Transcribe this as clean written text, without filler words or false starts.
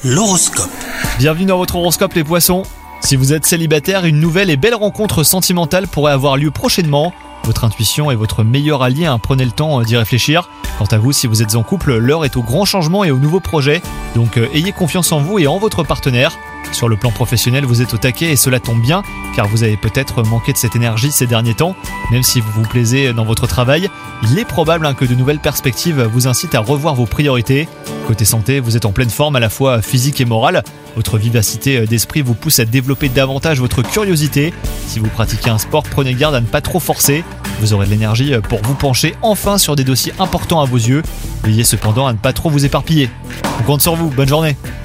L'horoscope. Bienvenue dans votre horoscope les poissons. Si vous êtes célibataire, une nouvelle et belle rencontre sentimentale pourrait avoir lieu prochainement. Votre intuition est votre meilleur allié, prenez le temps d'y réfléchir. Quant à vous, si vous êtes en couple, l'heure est au grand changement et aux nouveaux projets. Donc ayez confiance en vous et en votre partenaire. Sur le plan professionnel, vous êtes au taquet et cela tombe bien, car vous avez peut-être manqué de cette énergie ces derniers temps. Même si vous vous plaisez dans votre travail, il est probable que de nouvelles perspectives vous incitent à revoir vos priorités. Côté santé, vous êtes en pleine forme à la fois physique et morale. Votre vivacité d'esprit vous pousse à développer davantage votre curiosité. Si vous pratiquez un sport, prenez garde à ne pas trop forcer. Vous aurez de l'énergie pour vous pencher enfin sur des dossiers importants à vos yeux. Veillez cependant à ne pas trop vous éparpiller. On compte sur vous, bonne journée.